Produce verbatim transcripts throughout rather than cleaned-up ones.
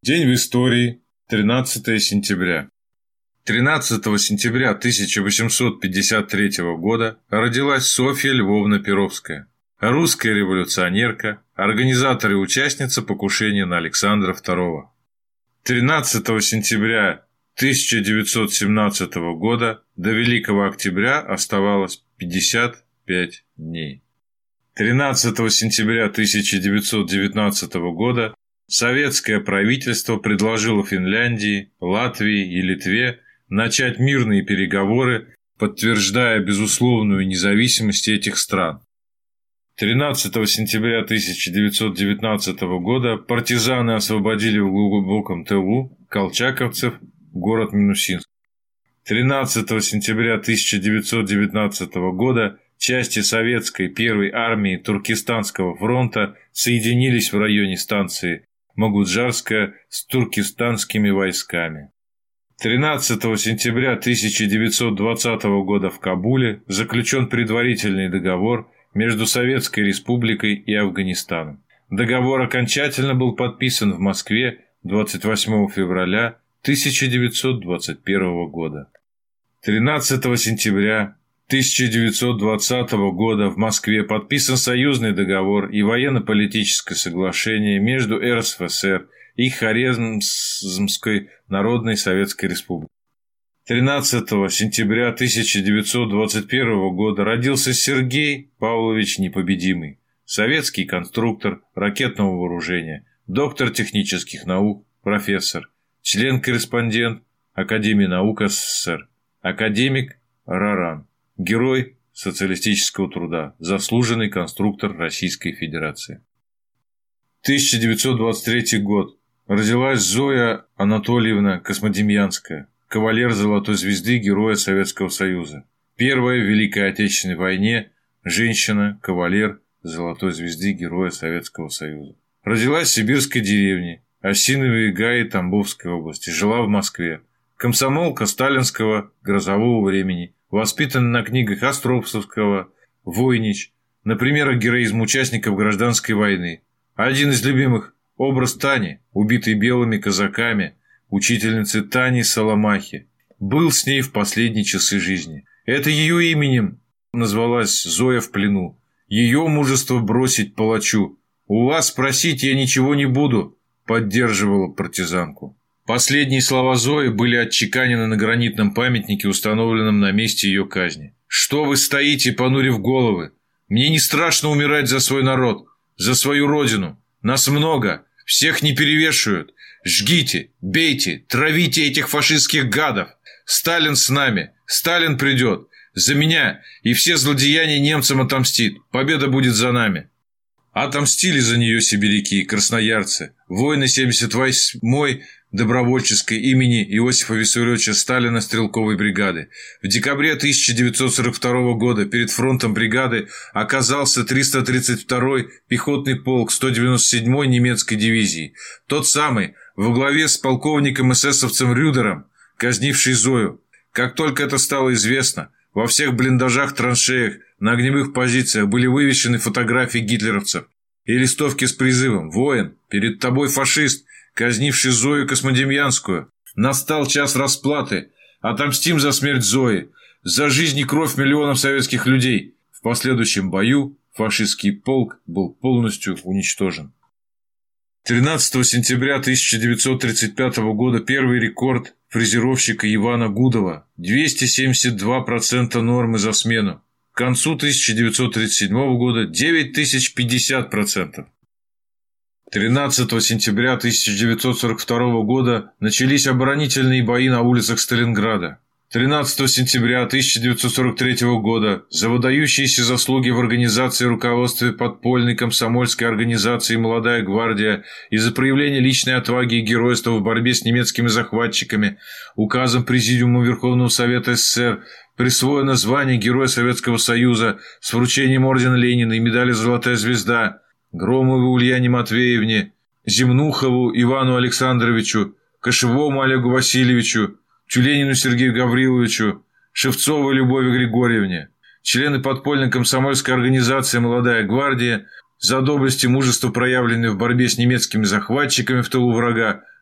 День в истории. тринадцатое сентября. тринадцатого сентября тысяча восемьсот пятьдесят третьего года родилась Софья Львовна Перовская, русская революционерка, организатор и участница покушения на Александра второго. тринадцатого сентября тысяча девятьсот семнадцатого года до Великого Октября оставалось пятьдесят пять дней. тринадцатого сентября тысяча девятьсот девятнадцатого года советское правительство предложило Финляндии, Латвии и Литве начать мирные переговоры, подтверждая безусловную независимость этих стран. тринадцатого сентября тысяча девятьсот девятнадцатого года партизаны освободили в глубоком тылу колчаковцев город Минусинск. тринадцатого сентября тысяча девятьсот девятнадцатого года части советской первой армии Туркестанского фронта соединились в районе станции Могуджарская с туркестанскими войсками. тринадцатого сентября тысяча девятьсот двадцатого года в Кабуле заключен предварительный договор между Советской Республикой и Афганистаном. Договор окончательно был подписан в Москве двадцать восьмого февраля тысяча девятьсот двадцать первого года. тринадцатого сентября тысяча девятьсот двадцатого года в Москве подписан союзный договор и военно-политическое соглашение между эр эс эф эс эр и Хорезмской Народной Советской Республикой. тринадцатого сентября тысяча девятьсот двадцать первого года родился Сергей Павлович Непобедимый, советский конструктор ракетного вооружения, доктор технических наук, профессор, член-корреспондент Академии наук эс эс эс эр, академик Раран. Герой социалистического труда, заслуженный конструктор Российской Федерации. тысяча девятьсот двадцать третий год. Родилась Зоя Анатольевна Космодемьянская, кавалер Золотой Звезды Героя Советского Союза. Первая в Великой Отечественной войне женщина, кавалер Золотой Звезды Героя Советского Союза. Родилась в сибирской деревне Осиновые Гаи Тамбовской области, жила в Москве. Комсомолка сталинского грозового времени, воспитан на книгах Островского, Войнич, на примерах героизма участников гражданской войны. Один из любимых – образ Тани, убитой белыми казаками, учительницы Тани Соломахи. Был с ней в последние часы жизни. Это ее именем назвалась Зоя в плену. Ее мужество бросить палачу. «У вас спросить я ничего не буду», – поддерживала партизанку. Последние слова Зои были отчеканены на гранитном памятнике, установленном на месте ее казни. «Что вы стоите, понурив головы? Мне не страшно умирать за свой народ, за свою родину. Нас много, всех не перевешивают. Жгите, бейте, травите этих фашистских гадов. Сталин с нами, Сталин придет. За меня и все злодеяния немцам отомстит. Победа будет за нами». Отомстили за нее сибиряки и красноярцы, воины семьдесят восьмой добровольческой имени Иосифа Виссарионовича Сталина стрелковой бригады. В декабре тысяча девятьсот сорок второго года перед фронтом бригады оказался триста тридцать второй пехотный полк сто девяносто седьмой немецкой дивизии. Тот самый, во главе с полковником эсэсовцем Рюдером, казнивший Зою. Как только это стало известно, во всех блиндажах-траншеях на огневых позициях были вывешены фотографии гитлеровцев и листовки с призывом: «Воин, перед тобой фашист, казнивший Зою Космодемьянскую. Настал час расплаты. Отомстим за смерть Зои, за жизнь и кровь миллионов советских людей». В последующем бою фашистский полк был полностью уничтожен. тринадцатого сентября тысяча девятьсот тридцать пятого года первый рекорд фрезеровщика Ивана Гудова – двести семьдесят два процента нормы за смену. К концу тысяча девятьсот тридцать седьмого года девять тысяч пятьдесят процентов. тринадцатого сентября тысяча девятьсот сорок второго года начались оборонительные бои на улицах Сталинграда. тринадцатого сентября тысяча девятьсот сорок третьего года за выдающиеся заслуги в организации и руководстве подпольной комсомольской организации «Молодая гвардия» и за проявление личной отваги и геройства в борьбе с немецкими захватчиками указом Президиума Верховного Совета эс эс эс эр присвоено звание Героя Советского Союза с вручением ордена Ленина и медали «Золотая звезда» Громовой Ульяне Матвеевне, Земнухову Ивану Александровичу, Кошевому Олегу Васильевичу, Тюленину Сергею Гавриловичу, Шевцовой Любови Григорьевне, члены подпольной комсомольской организации «Молодая гвардия», за доблесть и мужество, проявленные в борьбе с немецкими захватчиками в тылу врага,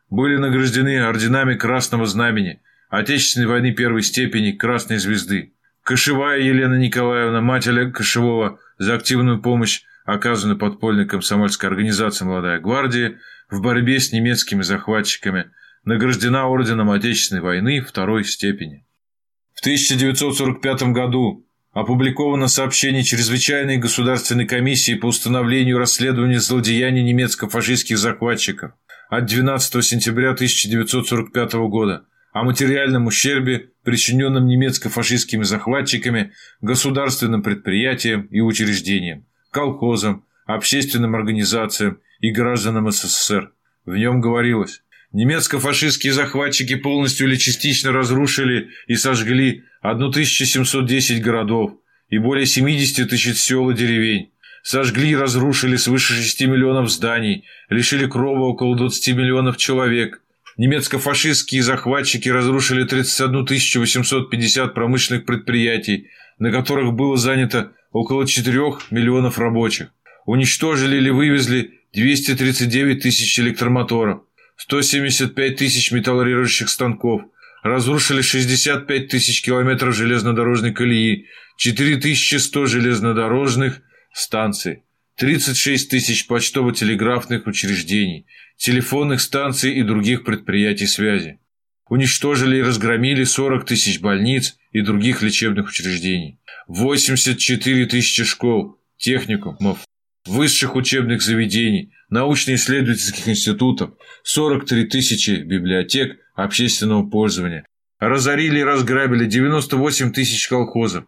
были награждены орденами Красного Знамени, Отечественной войны первой степени, Красной Звезды. Кошевая Елена Николаевна, мать Олега Кошевого, за активную помощь, оказанную подпольной комсомольской организацией «Молодая гвардия» в борьбе с немецкими захватчиками, награждена орденом Отечественной войны второй степени. В тысяча девятьсот сорок пятом году опубликовано сообщение Чрезвычайной государственной комиссии по установлению и расследованию злодеяний немецко-фашистских захватчиков от двенадцатого сентября тысяча девятьсот сорок пятого года о материальном ущербе, причиненном немецко-фашистскими захватчиками государственным предприятиям и учреждениям, колхозам, общественным организациям и гражданам СССР. В нем говорилось: немецко-фашистские захватчики полностью или частично разрушили и сожгли тысячу семьсот десять городов и более семьдесят тысяч сел и деревень, сожгли и разрушили свыше шести миллионов зданий, лишили крова около двадцати миллионов человек. Немецко-фашистские захватчики разрушили тридцать одну тысячу восемьсот пятьдесят промышленных предприятий, на которых было занято около четырёх миллионов рабочих. Уничтожили или вывезли двести тридцать девять тысяч электромоторов, сто семьдесят пять тысяч металлурgiрующих станков, разрушили шестьдесят пять тысяч километров железнодорожной колеи, четыре тысячи сто железнодорожных станций, тридцать шесть тысяч почтово-телеграфных учреждений, телефонных станций и других предприятий связи. Уничтожили и разгромили сорок тысяч больниц и других лечебных учреждений, восемьдесят четыре тысячи школ, техникумов, высших учебных заведений, научно-исследовательских институтов, сорок три тысячи библиотек общественного пользования. Разорили и разграбили девяносто восемь тысяч колхозов,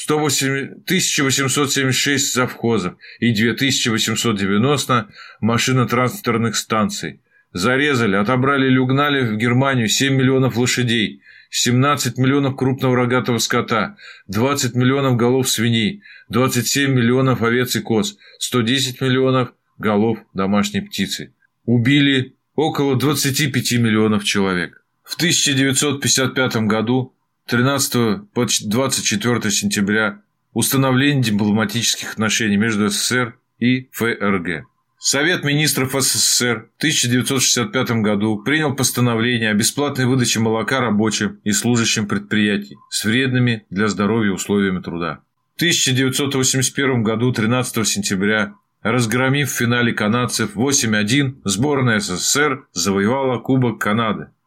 тысяча восемьсот семьдесят шесть завхозов и две тысячи восемьсот девяносто машинотранспортных станций. Зарезали, отобрали или угнали в Германию семь миллионов лошадей, семнадцать миллионов крупного рогатого скота, двадцать миллионов голов свиней, двадцать семь миллионов овец и коз, сто десять миллионов голов домашней птицы. Убили около двадцати пяти миллионов человек. В тысяча девятьсот пятьдесят пятом году, тринадцатого по двадцать четвёртое сентября, установление дипломатических отношений между СССР и ФРГ. Совет министров СССР в тысяча девятьсот шестьдесят пятом году принял постановление о бесплатной выдаче молока рабочим и служащим предприятий с вредными для здоровья условиями труда. В тысяча девятьсот восемьдесят первом году, тринадцатого сентября, разгромив в финале канадцев восемь один, сборная СССР завоевала Кубок Канады.